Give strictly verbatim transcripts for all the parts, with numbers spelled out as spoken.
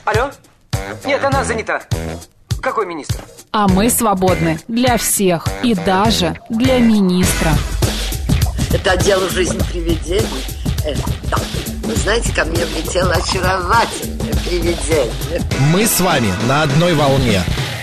Алло? Нет, она занята. Какой министр? А мы свободны для всех и даже для министра. Это отдел «Жизнь привидений». Это, вы знаете, ко мне влетело очаровательное привидение. Мы с вами на одной волне.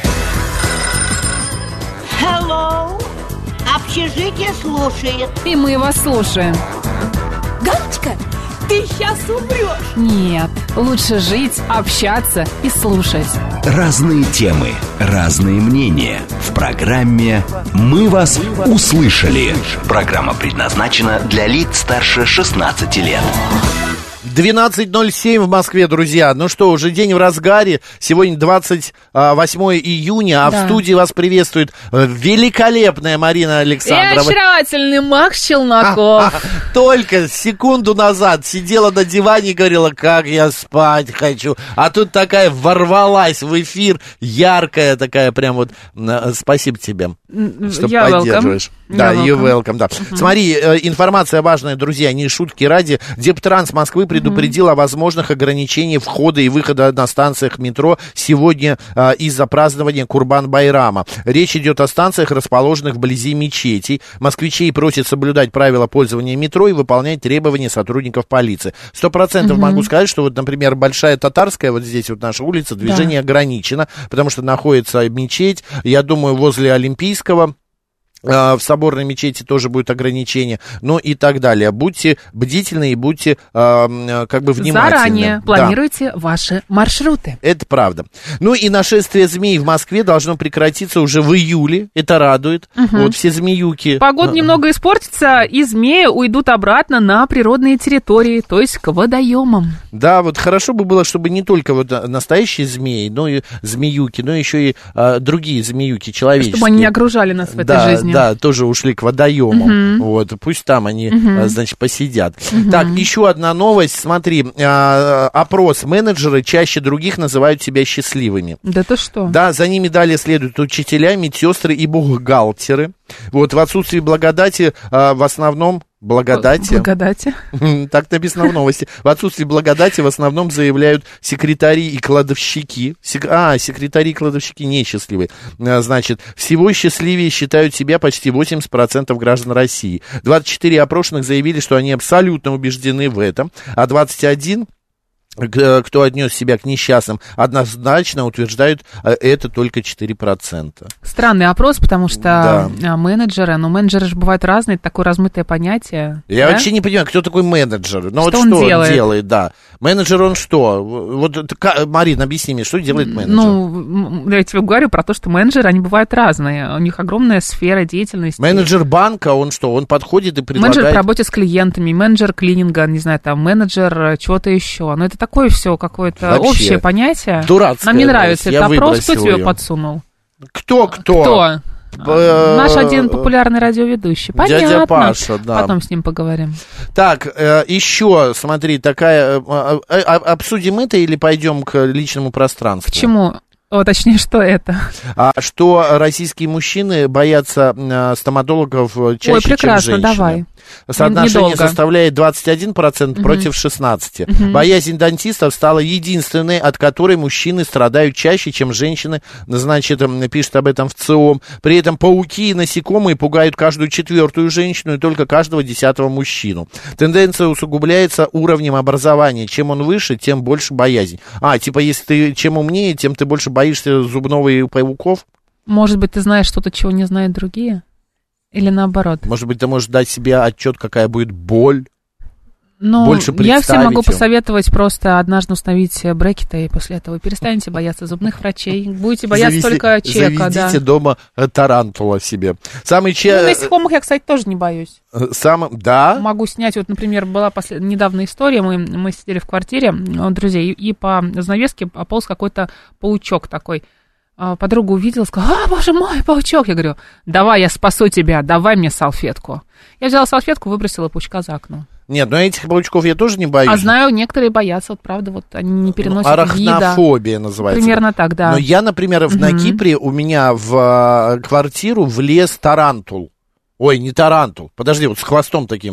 Hello. Общежитие слушает. И мы вас слушаем. Галочка, ты сейчас умрешь. Нет, лучше жить, общаться и слушать. Разные темы, разные мнения. В программе «Мы вас услышали». Программа предназначена для лиц старше шестнадцати лет. двенадцать ноль семь в Москве, друзья. Ну что, уже день в разгаре. Сегодня двадцать восьмое июня, а да. В студии вас приветствует великолепная Марина Александрова. И очаровательный Макс Челноков. А, а, только секунду назад сидела на диване и говорила, как я спать хочу. А тут такая ворвалась в эфир, яркая такая, прям вот. Спасибо тебе, что я поддерживаешь. Welcome. Да, я you welcome, да. Uh-huh. Смотри, информация важная, друзья, не шутки ради. Дептранс Москвы предупредил uh-huh. о возможных ограничениях входа и выхода на станциях метро сегодня а, из-за празднования Курбан-Байрама. Речь идет о станциях, расположенных вблизи мечетей. Москвичей просят соблюдать правила пользования метро и выполнять требования сотрудников полиции. Сто процентов uh-huh. могу сказать, что вот, например, Большая Татарская, вот здесь вот наша улица, движение да. ограничено, потому что находится мечеть, я думаю, возле Олимпийского. В соборной мечети тоже будет ограничение, ну и так далее. Будьте бдительны и будьте э, как бы внимательны. Заранее планируйте да. ваши маршруты. Это правда. Ну и нашествие змей в Москве должно прекратиться уже в июле. Это радует. Угу. Вот все змеюки. Погода немного испортится, и змеи уйдут обратно на природные территории, то есть к водоемам. Да, вот хорошо бы было, чтобы не только вот настоящие змеи, но и змеюки, но еще и а, другие змеюки человеческие. Чтобы они не окружали нас в этой да, жизни. Да, тоже ушли к водоемам. Угу. Вот, пусть там они, угу. значит, посидят. Угу. Так, еще одна новость. Смотри, а, опрос. Менеджеры чаще других называют себя счастливыми. Да ты что? Да, за ними далее следуют учителя, медсестры и бухгалтеры. Вот, в отсутствии благодати а, в основном... Благодати. Благодати. Так написано в новости. В отсутствии благодати в основном заявляют секретари и кладовщики. Сек... А, секретари и кладовщики несчастливые. Значит, всего счастливее считают себя почти восемьдесят процентов граждан России. двадцать четыре опрошенных заявили, что они абсолютно убеждены в этом, а двадцать один... кто отнес себя к несчастным, однозначно утверждают это только четыре процента. Странный опрос, потому что да. менеджеры, ну менеджеры же бывают разные, это такое размытое понятие. Я да? вообще не понимаю, кто такой менеджер. Ну что вот он что делает? он делает, да. Менеджер он что? Вот, Марина, объясни мне, что делает менеджер? Ну, я тебе говорю про то, что менеджеры, они бывают разные. У них огромная сфера деятельности. Менеджер банка, он что? Он подходит и предлагает... Менеджер по работе с клиентами, менеджер клининга, не знаю, там, менеджер чего-то еще. Но это такое все какое-то вообще общее понятие. Дурацкое. Нам не нравится этот опрос. Кто тебе подсунул? Кто-кто? Кто? Б- Наш один популярный радиоведущий. Понятно. Дядя Паша, да. Потом с ним поговорим. Так, э, еще, смотри, такая... Э, э, обсудим это или пойдем к личному пространству? К чему? О, точнее, что это? А, что российские мужчины боятся а, стоматологов чаще, Ой, прекрасно, чем женщины. Давай. Соотношение Недолго. составляет двадцать один процент угу. против шестнадцати процентов. Угу. Боязнь дантистов стала единственной, от которой мужчины страдают чаще, чем женщины. Значит, пишет об этом в ЦИОМ. При этом пауки и насекомые пугают каждую четвертую женщину и только каждого десятого мужчину. Тенденция усугубляется уровнем образования. Чем он выше, тем больше боязнь. А, типа, если ты чем умнее, тем ты больше боишься зубного и пауков? Может быть, ты знаешь что-то, чего не знают другие? Или наоборот? Может быть, ты можешь дать себе отчет, какая будет боль? Ну, я всем могу посоветовать просто однажды установить брекеты, и после этого перестанете бояться зубных врачей. Будете бояться Завеси, только чека, заведите да. дома тарантула себе. Самый че... Ну, насекомых я, кстати, тоже не боюсь. Сам... Да? Могу снять, вот, например, была послед... недавно история, мы, мы сидели в квартире у друзей, и, и по занавеске ополз какой-то паучок такой. Подруга увидела, сказала: а, боже мой, паучок. Я говорю: давай, я спасу тебя, давай мне салфетку. Я взяла салфетку, выбросила паучка за окно. Нет, но этих паучков я тоже не боюсь. А знаю, некоторые боятся, вот правда, вот они не переносят арахнофобия вида. Называется. Примерно так, да. Но я, например, в, угу. на Кипре у меня в квартиру влез тарантул. Ой, не тарантул, подожди, вот с хвостом таким.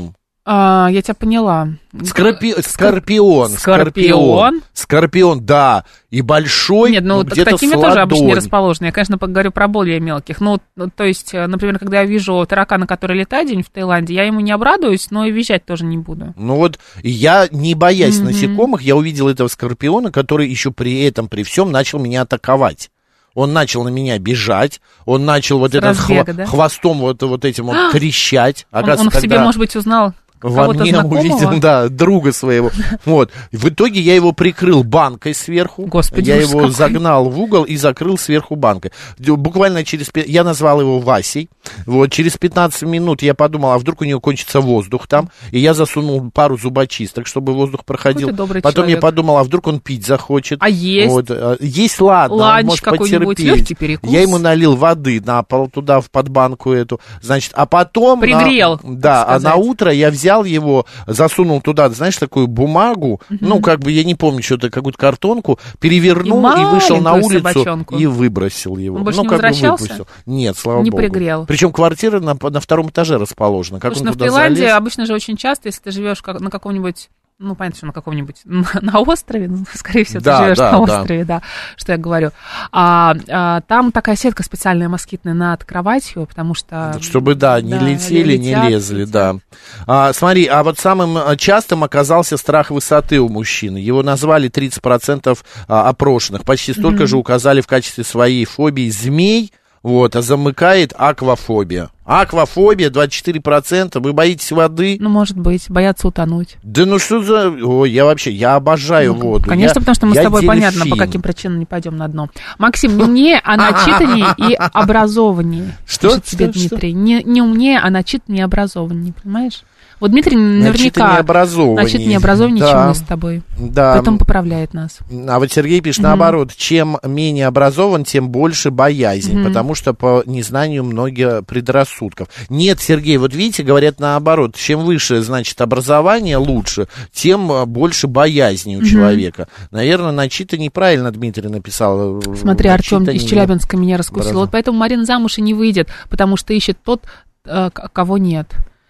А, я тебя поняла. Скорпи... Скорпион. Скорпион? Скорпион, да. И большой, Нет, ну, ну где-то такими с тоже обычно не ладонь. расположены. Я, конечно, говорю про более мелких. Ну, ну, то есть, например, когда я вижу таракана, который летает день в Таиланде, я ему не обрадуюсь, но и визжать тоже не буду. Ну вот, я, не боясь Мгм. насекомых, я увидел этого скорпиона, который еще при этом, при всем начал меня атаковать. Он начал на меня бежать, он начал вот С этот разбега, хва- да? хвостом вот, вот этим вот трещать. Он, Оказывается, он в себе, когда- может быть, узнал Во кого-то мне знакомого. увидел, да, друга своего. Вот. В итоге я его прикрыл банкой сверху. Господи, я ужас его какой. загнал в угол и закрыл сверху банкой. Буквально через... пи- Я назвал его Васей. Вот. Через пятнадцать минут я подумал, а вдруг у него кончится воздух там. И я засунул пару зубочисток, чтобы воздух проходил. Какой ты добрый Потом человек. я подумал, а вдруг он пить захочет. А есть? Вот. а, Есть, ладно, он Ланч может какой-нибудь, потерпеть. легкий перекус. Я ему налил воды на пол туда, в подбанку эту. Значит, а потом... на- Пригрел, так Да, а на сказать. утро я взял его, засунул туда, знаешь, такую бумагу, ну, как бы, я не помню, что-то, какую-то картонку, перевернул И и, вышел на маленькую улицу собачонку. и выбросил его. Он больше ну, не как бы возвращался? выпустил. Нет, слава Не богу. пригрел. Причем квартира на, на втором этаже расположена. Как Слушай, он ну в туда Таиланде залез? обычно же очень часто, если ты живешь как, на каком-нибудь, ну, понятно, что на каком-нибудь, на острове, ну, скорее всего, Да, ты живешь да, на да. острове, да, что я говорю. А, а, там такая сетка специальная москитная над кроватью, потому что... Чтобы, да, не да, летели, летят, не лезли, летят. да. А, смотри, а вот самым а, частым оказался страх высоты у мужчины. Его назвали тридцать процентов а, опрошенных. Почти столько Мгм. же указали в качестве своей фобии змей, вот, а замыкает аквафобия. Аквафобия двадцать четыре процента. Вы боитесь воды? Ну, может быть, боятся утонуть. Да ну что за... Ой, я вообще, я обожаю Ну, воду. Конечно, Я- потому что мы я с тобой, понятно, по дельфин. каким причинам не пойдем на дно. Максим, не умнее, а начитаннее и образованнее. Что? Пишет тебе Что? Дмитрий. Не, не умнее, а начитаннее и образованнее, понимаешь? Вот Дмитрий Начитаннее, наверняка образованнее. начитаннее, образованнее, Да. чем мы с тобой. Да. Поэтому поправляет нас. А вот Сергей пишет, Мгм. наоборот, чем менее образован, тем больше боязни, Мгм. потому что по незнанию много предрассудков. Нет, Сергей, вот видите, говорят наоборот, чем выше, значит, образование лучше, тем а, больше боязни у Мгм. человека. Наверное, начито неправильно Дмитрий написал. Смотри, Артем из Начитаннее. Челябинска меня раскусил. образов- Вот поэтому Марина замуж и не выйдет, потому что ищет тот, э, к- кого нет.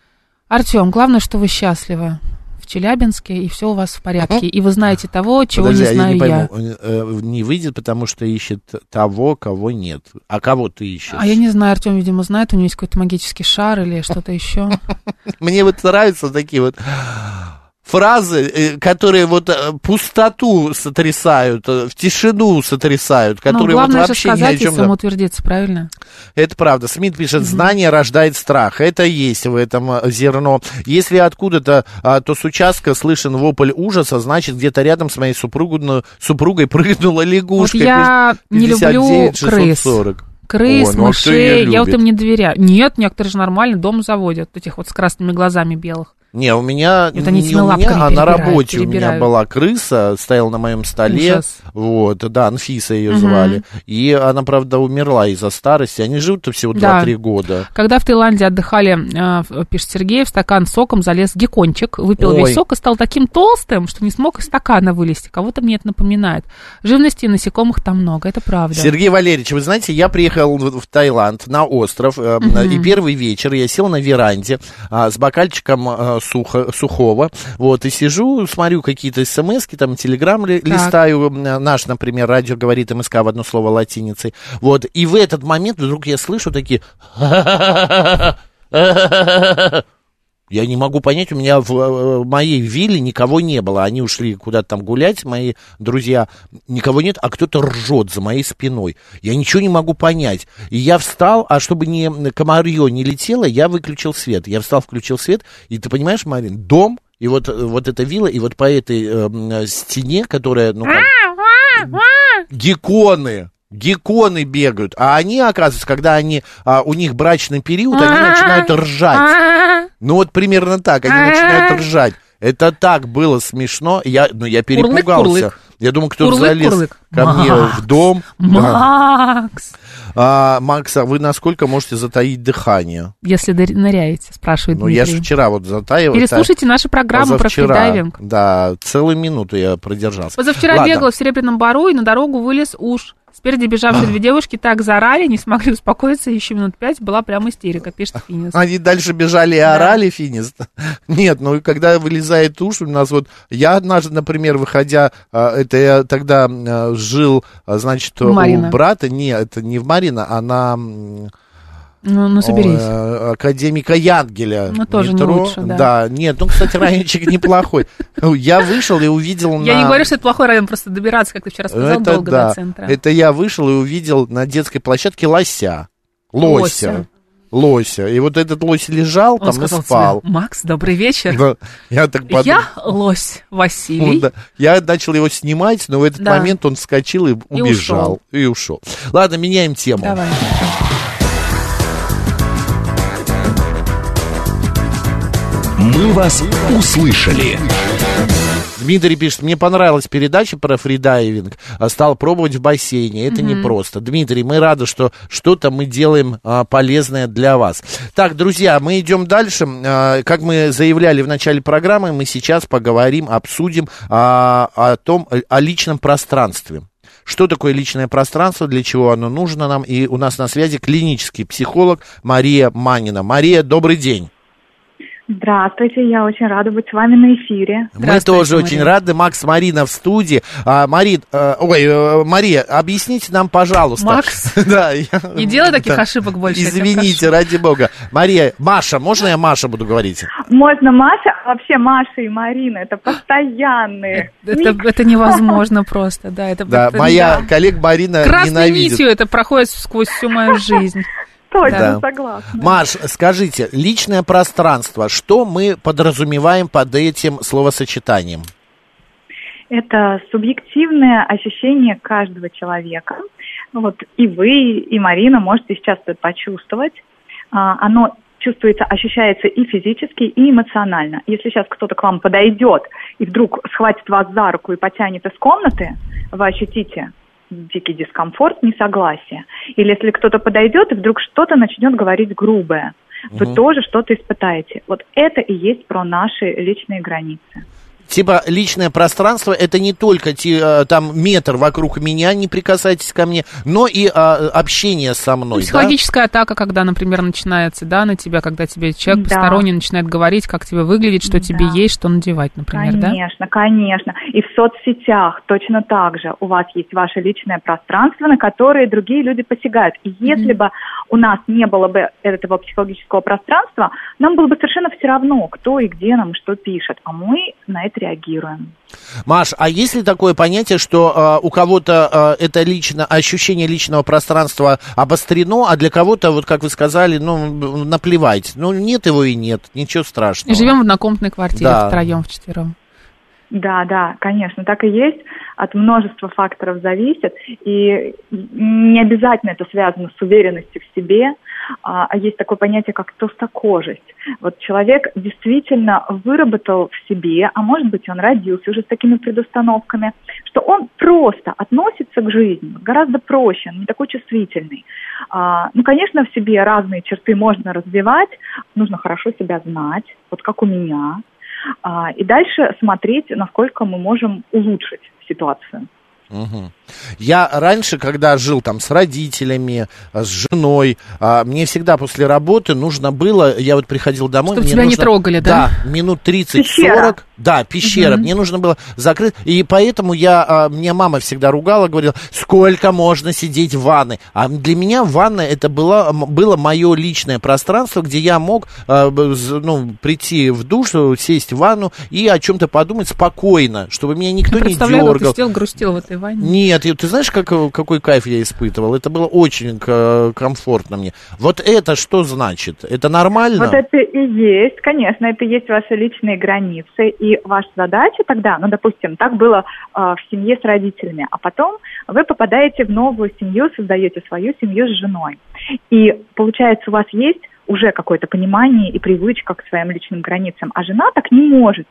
Артем, главное, что вы счастливы в Челябинске, и все у вас в порядке. И вы знаете того, чего Подожди, не а знаю я. я. Не, пойму, э, не выйдет, потому что ищет того, кого нет. А кого ты ищешь? А я не знаю, Артем, видимо, знает, у него есть какой-то магический шар или что-то еще. Мне вот нравятся такие вот фразы, э, которые вот э, пустоту сотрясают, э, в тишину сотрясают, Но которые вот главное же вообще ни о сказать и чем... самоутвердиться, правильно? Это правда. Смит пишет, знание рождает страх. Это есть в этом э, зерно. Если откуда-то, а, то с участка слышен вопль ужаса, значит, где-то рядом с моей супругой, супругой прыгнула лягушка. Вот я не люблю крыс. Крыс, Ой, ну а кто её мышей, я вот любит? им не доверяю. Нет, некоторые же нормально дом заводят, этих вот с красными глазами белых. Не, у меня, Вот они не этими у меня, лапками а на перебирают, работе у меня перебирают. была крыса, стояла на моем столе, Ужас. вот, да, Анфиса ее Мгм. звали, и она, правда, умерла из-за старости, они живут-то всего Да. два-три года. Когда в Таиланде отдыхали, э, пишет Сергей, в стакан с соком залез геккончик, выпил Ой. весь сок и стал таким толстым, что не смог из стакана вылезти. Кого-то мне это напоминает. Живности и насекомых там много, это правда. Сергей Валерьевич, вы знаете, я приехал в, в Таиланд на остров, э, Мгм. и первый вечер я сел на веранде а, с бокальчиком а, сухо, сухого, вот, и сижу, смотрю какие-то смски, там, телеграм ли, листаю, э, наш, например, радио говорит МСК в одно слово латиницей, вот, и в этот момент вдруг я слышу такие... Я не могу понять, у меня в э, моей вилле никого не было. Они ушли куда-то там гулять, мои друзья. Никого нет, а кто-то ржет за моей спиной. Я ничего не могу понять. И я встал, а чтобы не комарье не летело, я выключил свет. Я встал, включил свет, и ты понимаешь, Марин, дом, и вот, вот эта вилла, и вот по этой э, стене, которая, ну, как... гекконы. Гекконы бегают, а они, оказывается, когда они, а, у них брачный период, они начинают ржать. Ну вот примерно так, они начинают ржать. Это так было смешно, я, ну, я перепугался. Курлык-курлык. Я думаю, кто-то залез. Курлык-курлык. ко Макс, мне в дом. Макс! Да. А, Макс, а вы насколько можете затаить дыхание? Если ныряете, спрашивает Ну, Дмитрий. я же вчера вот затаивал. Переслушайте нашу программу про фридайвинг. Да, целую минуту я продержался. Позавчера Ладно. бегала в Серебряном Бару, и на дорогу вылез уж. Спереди бежавшие две девушки так заорали, не смогли успокоиться, еще минут пять была прям истерика, пишет Финист. Они дальше бежали и Да. орали, Финист? Нет, ну и когда вылезает уж, у нас вот, я однажды, например, выходя, а, это я тогда а, жил, а, значит, Марина. у брата, не, это не в Марина, а на... м, Ну, ну соберись. О, академика Янгеля. Ну, тоже не метро. лучше, да. Да, нет, ну, кстати, райончик неплохой. Я вышел и увидел на... Я не говорю, что это плохой район, просто добираться, как ты вчера сказал, Это долго да. до центра. Это я вышел и увидел на детской площадке лося. Лося. Лося. Лося. И вот этот лось лежал Он там сказал и спал. тебе: Макс, добрый вечер. Да, я так подумал. Я лось Василий. Ну, да. Я начал его снимать, но в этот Да. момент он вскочил и убежал. ушел. И ушел. Ладно, меняем тему. Давай. «Мы вас услышали». Дмитрий пишет, мне понравилась передача про фридайвинг, а стал пробовать в бассейне, это Мгм. непросто. Дмитрий, мы рады, что что-то мы делаем а, полезное для вас. Так, друзья, мы идем дальше. А, как мы заявляли в начале программы, мы сейчас поговорим, обсудим а, о том, о личном пространстве. Что такое личное пространство, для чего оно нужно нам? И у нас на связи клинический психолог Мария Манина. Мария, добрый день. Здравствуйте, я очень рада быть с вами на эфире. Мы тоже очень Мария. рады. Макс, Марина в студии. А, Мари, э, ой, э, Мария, объясните нам, пожалуйста. Макс, Да, я- не делай таких да. ошибок больше. я тебя Извините, ради бога. Мария, Маша, можно я Маша буду говорить? Можно Маша, а вообще Маша и Марина, это постоянные. прошу. Это, это невозможно просто, да. Это, Да, это- моя да. коллега Марина Красной ненавидит. нитью это проходит сквозь всю мою жизнь. Точно, Да. согласна. Маш, скажите, личное пространство, что мы подразумеваем под этим словосочетанием? Это субъективное ощущение каждого человека. Вот и вы, и Марина можете сейчас это почувствовать. А, Оно чувствуется, ощущается и физически, и эмоционально. Если сейчас кто-то к вам подойдет и вдруг схватит вас за руку и потянет из комнаты, вы ощутите дикий дискомфорт, несогласие. Или если кто-то подойдет и вдруг что-то начнет говорить грубое, вы Мгм. тоже что-то испытаете. Вот это и есть про наши личные границы. Типа личное пространство это не только те, э, там метр вокруг меня, не прикасайтесь ко мне, но и а, общение со Ну, мной. да? психологическая атака, когда, например, начинается, да, на тебя, когда тебе человек Да. посторонний начинает говорить, как тебе выглядеть, что Да. тебе есть, что надевать, например, да? Конечно, конечно. И в соцсетях точно так же. У вас есть ваше личное пространство, на которое другие люди посягают. И если бы у нас не было бы этого психологического пространства, нам было бы совершенно все равно, кто и где нам что пишет. А мы на это реагируем. Маш, а есть ли такое понятие, что э, у кого-то э, это лично, ощущение личного пространства обострено, а для кого-то, вот как вы сказали, ну, наплевать. Ну, нет его и нет, ничего страшного. И живем в однокомнатной квартире Да. втроем, вчетвером. Да, да, конечно, так и есть. От множества факторов зависит. И не обязательно это связано с уверенностью в себе, а а есть такое понятие, как толстокожесть. Вот человек действительно выработал в себе, а может быть, он родился уже с такими предустановками, что он просто относится к жизни гораздо проще, он не такой чувствительный. А, ну, конечно, в себе разные черты можно развивать, нужно хорошо себя знать, вот как у меня. А, и дальше смотреть, насколько мы можем улучшить ситуацию. Мгм. Я раньше, когда жил там с родителями, с женой, а, мне всегда после работы нужно было, я вот приходил домой, Чтобы мне тебя не нужно- трогали, да? Да, минут тридцать-сорок. Пещера. Да, пещера. Мгм. Мне нужно было закрыть. И поэтому я, а, меня мама всегда ругала, говорила, сколько можно сидеть в ванной. А для меня ванная это было, м- было мое личное пространство, где я мог а, б- з- ну, прийти в душ, сесть в ванну и о чем-то подумать спокойно, чтобы меня никто не Представляю, как ты дергал. сидел, грустил в этой ванне. Нет, и ты знаешь, как, какой кайф я испытывал? Это было очень к- комфортно мне. Вот это что значит? Это нормально? Вот это и есть, конечно, это и есть ваши личные границы. И ваша задача тогда, ну, допустим, так было э, в семье с родителями, а потом вы попадаете в новую семью, создаете свою семью с женой. И получается, у вас есть уже какое-то понимание и привычка к своим личным границам, а жена так не может,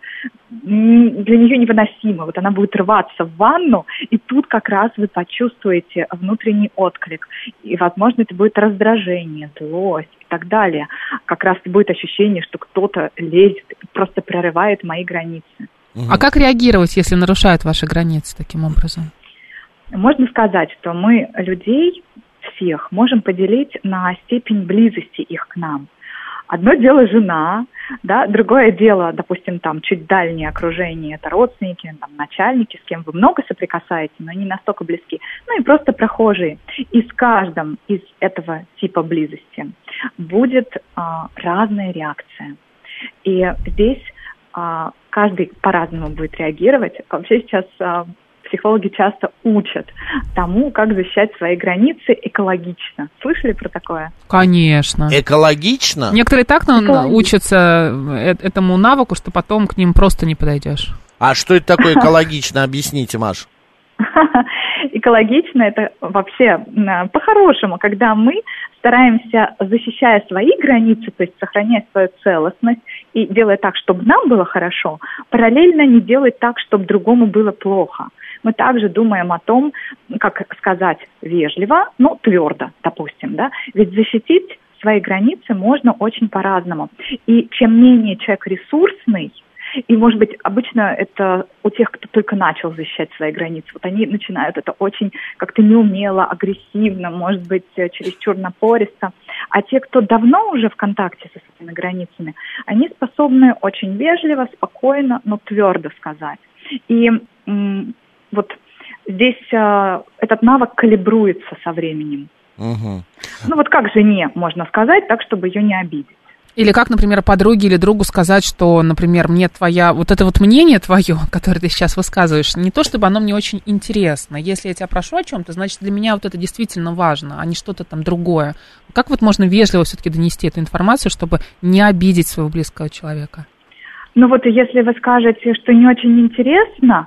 для нее невыносимо, вот она будет рваться в ванну, и тут как раз вы почувствуете внутренний отклик, и, возможно, это будет раздражение, злость и так далее, как раз будет ощущение, что кто-то лезет и просто прорывает мои границы. А как реагировать, если нарушают ваши границы таким образом? Можно сказать, что мы людей всех можем поделить на степень близости их к нам. Одно дело жена, да, другое дело, допустим, там чуть дальнее окружение, это родственники, там, начальники, с кем вы много соприкасаетесь, но не настолько близки, ну и просто прохожие. И с каждым из этого типа близости будет а, разная реакция. И здесь а, каждый по-разному будет реагировать. Вообще сейчас а, психологи часто учат тому, как защищать свои границы экологично. Слышали про такое? Конечно. Экологично? Некоторые так ну, учатся этому навыку, что потом к ним просто не подойдешь. А что это такое экологично? Объясните, Маш. Экологично — это вообще по-хорошему, когда мы стараемся, защищая свои границы, то есть сохранять свою целостность и делая так, чтобы нам было хорошо, параллельно не делать так, чтобы другому было плохо. Мы также думаем о том, как сказать вежливо, но твердо, допустим, да, ведь защитить свои границы можно очень по-разному. И чем менее человек ресурсный, и, может быть, обычно это у тех, кто только начал защищать свои границы. Вот они начинают это очень как-то неумело, агрессивно, может быть, чересчур напористо. А те, кто давно уже в контакте со своими границами, они способны очень вежливо, спокойно, но твердо сказать. И м- вот здесь а, этот навык калибруется со временем. Угу. Ну вот как жене можно сказать так, чтобы ее не обидеть? Или как, например, подруге или другу сказать, что, например, мне твоя, вот это вот мнение твое, которое ты сейчас высказываешь, не то чтобы оно мне очень интересно. Если я тебя прошу о чем-то, значит, для меня вот это действительно важно, а не что-то там другое. Как вот можно вежливо все-таки донести эту информацию, чтобы не обидеть своего близкого человека? Ну вот если вы скажете, что не очень интересно,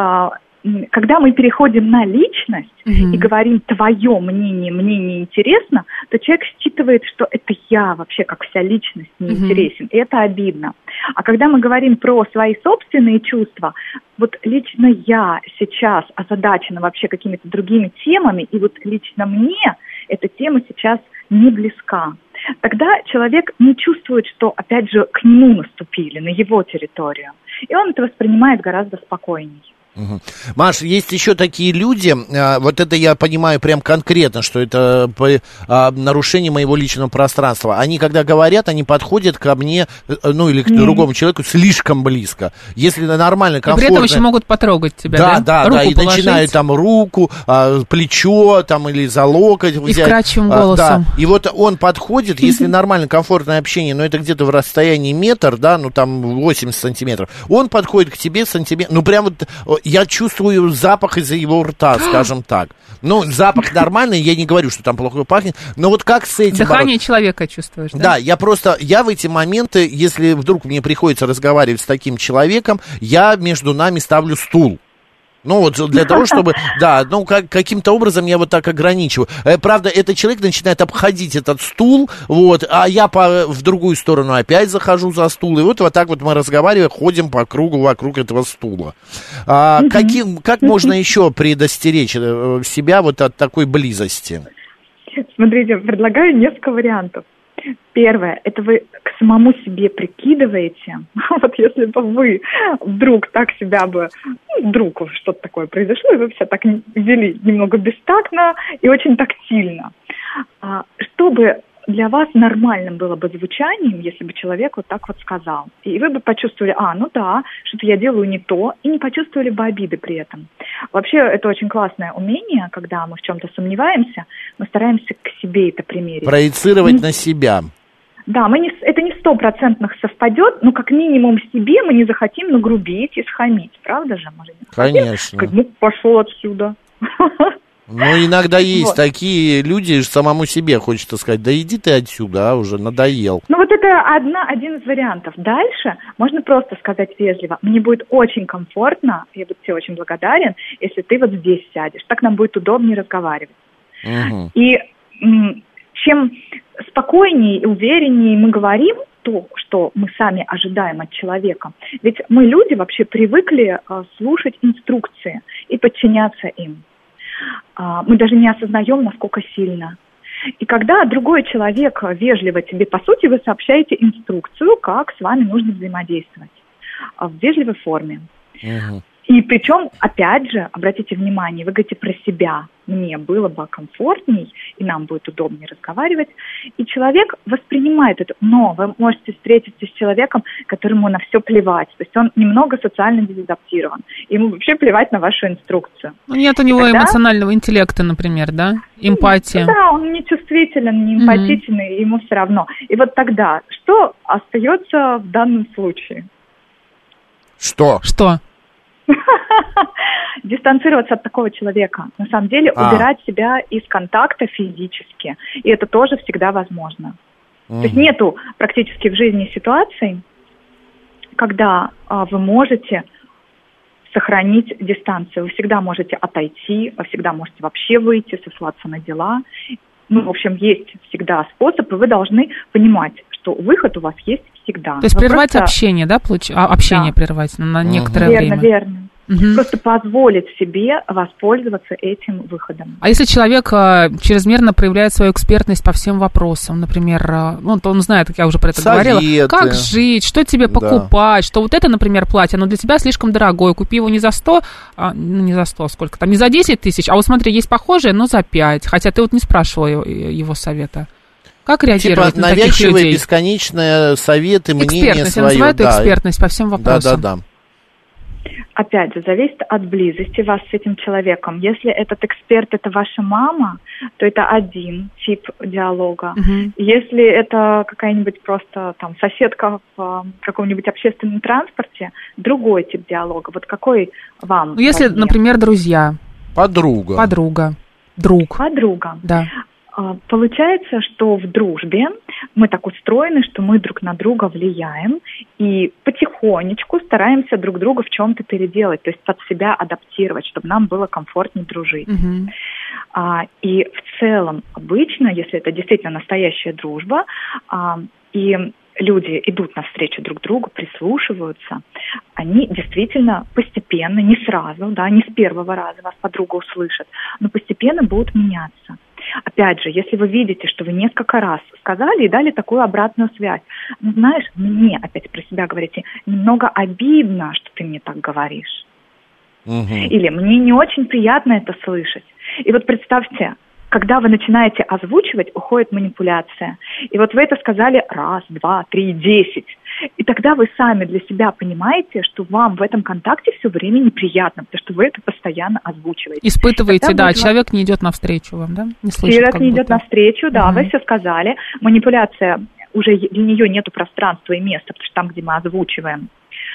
когда мы переходим на личность mm-hmm. и говорим «твое мнение, мне не интересно», то человек считывает, что это я вообще, как вся личность, не mm-hmm. интересен. И это обидно. А когда мы говорим про свои собственные чувства, вот лично я сейчас озадачена вообще какими-то другими темами, и вот лично мне эта тема сейчас не близка. Тогда человек не чувствует, что, опять же, к нему наступили, на его территорию. И он это воспринимает гораздо спокойней. Угу. Маш, есть еще такие люди, а, вот это я понимаю прям конкретно, что это по, а, нарушение моего личного пространства. Они, когда говорят, они подходят ко мне, ну или к mm. другому человеку слишком близко. Если нормально, комфортно... И при этом еще могут потрогать тебя, да? Да, да, руку да, и положить. начинают там руку, а, плечо там или за локоть взять. И вкрадчивым голосом. А, да. И вот он подходит, если нормально, комфортное общение, но это где-то в расстоянии метр, да, ну там восемьдесят сантиметров, он подходит к тебе сантиметр, ну прям вот... Я чувствую запах из-за его рта, скажем так. Ну, запах нормальный, я не говорю, что там плохо пахнет, но вот как с этим... Дыхание бороться? Человека чувствуешь, да? Да, я просто, я в эти моменты, если вдруг мне приходится разговаривать с таким человеком, я между нами ставлю стул. Ну, вот для того, чтобы, да, ну, как, каким-то образом я вот так ограничиваю. Правда, этот человек начинает обходить этот стул, вот, а я по, в другую сторону опять захожу за стул, и вот вот так вот мы разговариваем, ходим по кругу вокруг этого стула. А, каким, как можно еще предостеречь себя вот от такой близости? Смотрите, предлагаю несколько вариантов. Первое, это вы к самому себе прикидываете, вот если бы вы вдруг так себя бы, ну, вдруг что-то такое произошло, и вы все так вели немного бестактно и очень тактильно, чтобы для вас нормальным было бы звучанием, если бы человек вот так вот сказал. И вы бы почувствовали, а, ну да, что-то я делаю не то, и не почувствовали бы обиды при этом. Вообще, это очень классное умение, когда мы в чем-то сомневаемся, мы стараемся к себе это примерить. Проецировать мы... на себя. Да, мы не, это не стопроцентно совпадет, но как минимум себе мы не захотим нагрубить и схамить, правда же? Мы же не Конечно. Сказать, ну, пошел отсюда. Ну, иногда есть вот. Такие люди, самому себе хочется сказать, да иди ты отсюда, а, уже надоел. Ну, вот это одна, один из вариантов. Дальше можно просто сказать вежливо, мне будет очень комфортно, я буду тебе очень благодарен, если ты вот здесь сядешь. Так нам будет удобнее разговаривать. Угу. И м- чем спокойнее и увереннее мы говорим то, что мы сами ожидаем от человека. Ведь мы, люди, вообще привыкли а, слушать инструкции и подчиняться им. А, мы даже не осознаем, насколько сильно. И когда другой человек вежливо тебе, по сути, вы сообщаете инструкцию, как с вами нужно взаимодействовать а, в вежливой форме. Uh-huh. И причем, опять же, обратите внимание, вы говорите про себя. Мне было бы комфортней, и нам будет удобнее разговаривать. И человек воспринимает это. Но вы можете встретиться с человеком, которому на все плевать. То есть он немного социально дезадаптирован. Ему вообще плевать на вашу инструкцию. Ну, нет у него Тогда... эмоционального интеллекта, например, да? Эмпатия. Да, он не чувствителен, не эмпатичный, mm-hmm. ему все равно. И вот тогда, что остается в данном случае? Что? Что? Дистанцироваться от такого человека. На самом деле, а. убирать себя из контакта физически. И это тоже всегда возможно. Mm-hmm. То есть нету практически в жизни ситуаций, когда а, вы можете сохранить дистанцию. Вы всегда можете отойти, вы всегда можете вообще выйти, сослаться на дела. Ну, в общем, есть всегда способ, и вы должны понимать, что выход у вас есть всегда. То есть вы прервать просто... общение, да, получ... общение да. прервать на угу. некоторое верно, время? Верно, верно. Угу. Просто позволить себе воспользоваться этим выходом. А если человек а, чрезмерно проявляет свою экспертность по всем вопросам, например, а, ну, то он знает, как я уже про это Советы. говорила, как жить, что тебе покупать, да. что вот это, например, платье, оно для тебя слишком дорогое, купи его не за сто, а, ну, не за сто, сколько там, не за десять тысяч, а вот смотри, есть похожее, но за пять, хотя ты вот не спрашивала его, его совета. Как реагировать типа, на таких людей? навязчивые, бесконечные советы, мнения свое. Называют да. экспертность по всем вопросам. Да, да, да. Опять же, зависит от близости вас с этим человеком. Если этот эксперт – это ваша мама, то это один тип диалога. Uh-huh. Если это какая-нибудь просто там соседка в каком-нибудь общественном транспорте, другой тип диалога. Вот какой вам? Ну, если, важнее? Например, друзья. Подруга. Подруга. Друг. Подруга. Да. Получается, что в дружбе мы так устроены, что мы друг на друга влияем и потихонечку стараемся друг друга в чем-то переделать, то есть под себя адаптировать, чтобы нам было комфортнее дружить. Угу. А, и в целом обычно, если это действительно настоящая дружба, а, и люди идут навстречу друг другу, прислушиваются, они действительно постепенно, не сразу, да, не с первого раза вас подруга услышит, но постепенно будут меняться. Опять же, если вы видите, что вы несколько раз сказали и дали такую обратную связь, ну, знаешь, мне, опять про себя говорите, немного обидно, что ты мне так говоришь. Угу. Или мне не очень приятно это слышать. И вот представьте, когда вы начинаете озвучивать, уходит манипуляция. И вот вы это сказали раз, два, три, десять. И тогда вы сами для себя понимаете, что вам в этом контакте все время неприятно, потому что вы это постоянно озвучиваете. Испытываете, тогда да, будет... человек не идет навстречу вам, да? Не слышит, человек не идет навстречу, да, угу. вы все сказали. Манипуляция, уже для нее нету пространства и места, потому что там, где мы озвучиваем,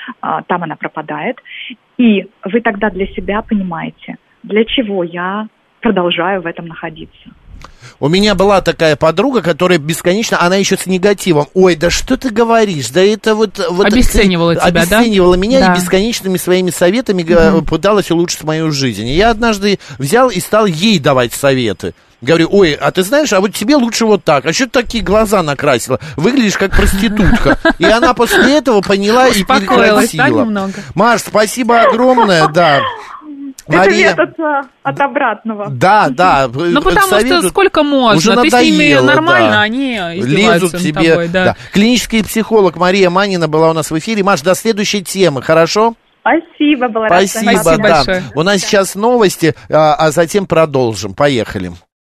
там она пропадает. И вы тогда для себя понимаете, для чего я продолжаю в этом находиться. У меня была такая подруга, которая бесконечно, она еще с негативом. Ой, да что ты говоришь? Да это вот... вот обесценивала ты, тебя, обесценивала да? меня да. и бесконечными своими советами угу. пыталась улучшить мою жизнь. И я однажды взял и стал ей давать советы. Говорю, ой, а ты знаешь, а вот тебе лучше вот так. А что ты такие глаза накрасила? Выглядишь как проститутка. И она после этого поняла и прекратила. Маш, спасибо огромное, да. Это Мария... метод от обратного. Да, да. Ну, потому советую... что сколько можно. Уже ты надоело, с ними нормально, да. они лезут над тебе. тобой. Да. Да. Клинический психолог Мария Манина была у нас в эфире. Маш, до следующей темы, хорошо? Спасибо, была Спасибо, Спасибо да. большое. У нас сейчас новости, а, а затем продолжим. Поехали.